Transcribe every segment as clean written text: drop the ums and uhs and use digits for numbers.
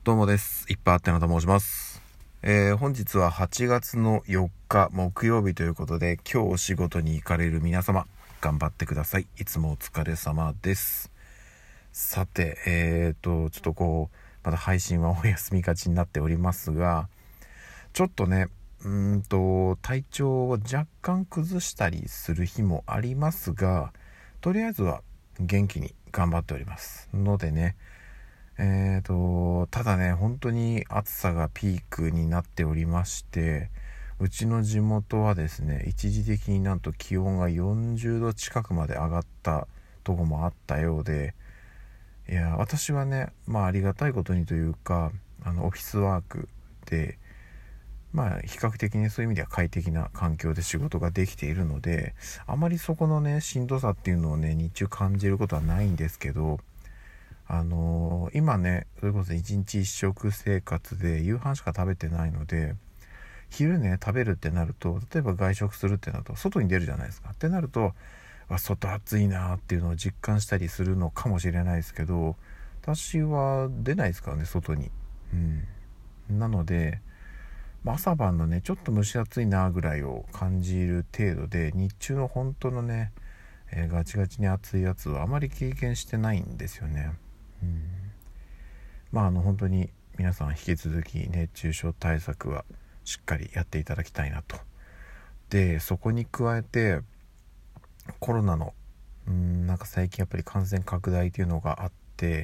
どうもです。いっぱいあってなと申します。本日は8月の4日木曜日ということで、今日お仕事に行かれる皆様頑張ってください。いつもお疲れ様です。さて、ちょっとまだ配信はお休みがちになっておりますが、ちょっとね体調を若干崩したりする日もありますが、とりあえずは元気に頑張っておりますのでね、ただね、本当に暑さがピークになっておりまして、うちの地元はですね、一時的になんと気温が40度近くまで上がったとこもあったようで、いや私はね、ありがたいことにというか、オフィスワークで比較的にそういう意味では快適な環境で仕事ができているので、あまりそこのねしんどさっていうのをね日中感じることはないんですけど、今ね、それこそ一日一食生活で夕飯しか食べてないので、昼ね食べるってなると、例えば外食するってなると外に出るじゃないですか。ってなると、外暑いなっていうのを実感したりするのかもしれないですけど、私は出ないですからね、外に。なので、朝晩のねちょっと蒸し暑いなぐらいを感じる程度で、日中の本当のね、ガチガチに暑いやつはあまり経験してないんですよね。本当に皆さん引き続き熱中症対策はしっかりやっていただきたいなと。でそこに加えてコロナのなんか最近やっぱり感染拡大というのがあって、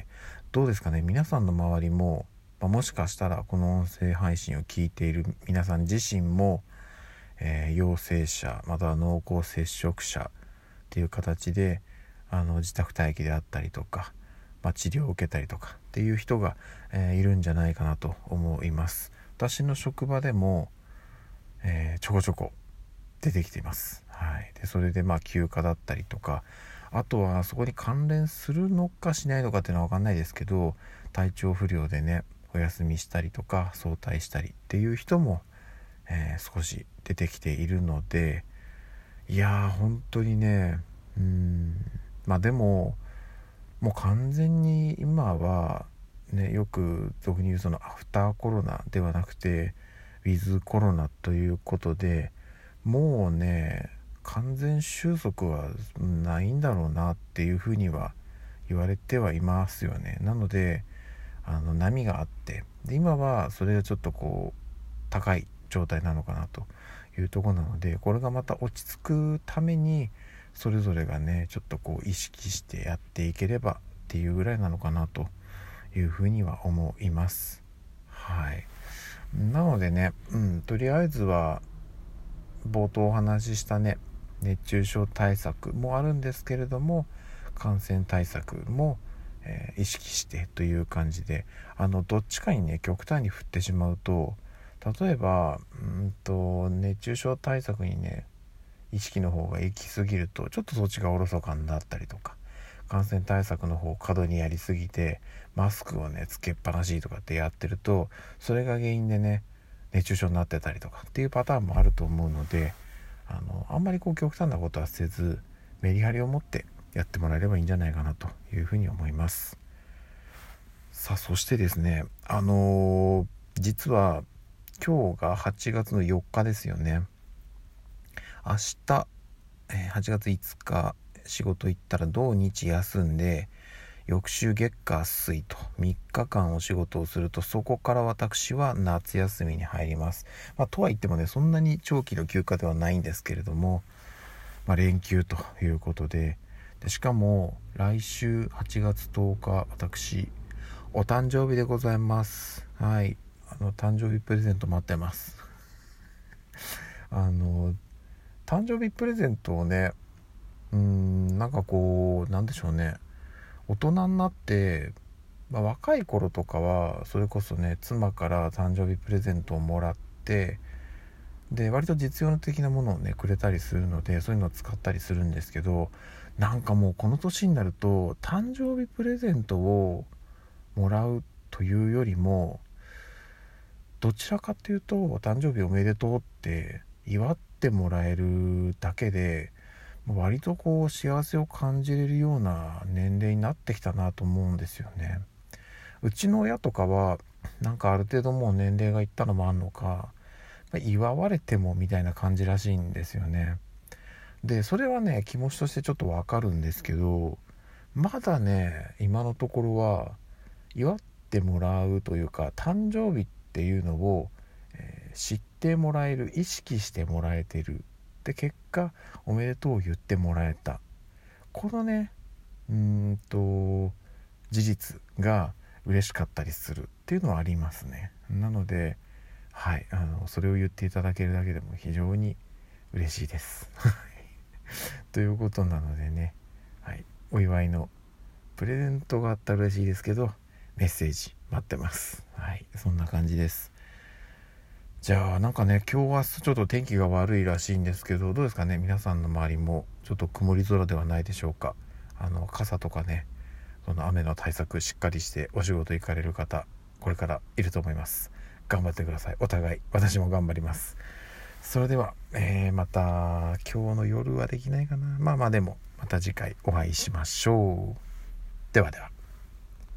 どうですかね、皆さんの周りも、もしかしたらこの音声配信を聞いている皆さん自身も、陽性者または濃厚接触者っていう形で自宅待機であったりとか、治療を受けたりとかっていう人が、いるんじゃないかなと思います。私の職場でも、ちょこちょこ出てきています。でそれで休暇だったりとか、あとはそこに関連するのかしないのかっていうのは分かんないですけど、体調不良でねお休みしたりとか早退したりっていう人も、少し出てきているので、いやー本当にね、でももう完全に今はね、よく俗に言うそのアフターコロナではなくてウィズコロナということで、もうね完全収束はないんだろうなっていうふうには言われてはいますよね。なので波があって、で今はそれがちょっと高い状態なのかなというところなので、これがまた落ち着くためにそれぞれがねちょっと意識してやっていければっていうぐらいなのかなというふうには思います。なのでね、とりあえずは冒頭お話ししたね熱中症対策もあるんですけれども、感染対策も、意識してという感じで、どっちかにね極端に振ってしまうと、例えば熱中症対策にね意識の方が行き過ぎると、ちょっとそっちがおろそかになったりとか、感染対策の方を過度にやりすぎてマスクをねつけっぱなしとかってやってると、それが原因でね熱中症になってたりとかっていうパターンもあると思うので、あんまり極端なことはせず、メリハリを持ってやってもらえればいいんじゃないかなというふうに思います。さあそしてですね、実は今日が8月の4日ですよね。明日、8月5日仕事行ったら土日休んで、翌週月火水と3日間お仕事をすると、そこから私は夏休みに入ります。とは言ってもね、そんなに長期の休暇ではないんですけれども、連休ということで、しかも来週8月10日私お誕生日でございます。誕生日プレゼント待ってます。誕生日プレゼントをね、なんでしょうね、大人になって、若い頃とかはそれこそね妻から誕生日プレゼントをもらって、で割と実用的なものをねくれたりするので、そういうのを使ったりするんですけど、なんかもうこの年になると誕生日プレゼントをもらうというよりも、どちらかというとお誕生日おめでとうって祝ってもらえるだけで割と幸せを感じれるような年齢になってきたなと思うんですよね。うちの親とかはなんかある程度もう年齢がいったのもあんのか、祝われてもみたいな感じらしいんですよね。でそれはね気持ちとしてちょっとわかるんですけど、まだね今のところは祝ってもらうというか、誕生日っていうのを、知ってもらえる、意識してもらえてる、で結果おめでとうを言ってもらえた、このね事実が嬉しかったりするっていうのはありますね。なのではい、それを言っていただけるだけでも非常に嬉しいですということなのでね、はい、お祝いのプレゼントがあったら嬉しいですけど、メッセージ待ってます。はい、そんな感じです。じゃあなんかね、今日はちょっと天気が悪いらしいんですけど、どうですかね、皆さんの周りもちょっと曇り空ではないでしょうか。傘とかね、その雨の対策しっかりしてお仕事行かれる方、これからいると思います。頑張ってください。お互い、私も頑張ります。それでは、また今日の夜はできないかな。まあでもまた次回お会いしましょう。ではでは。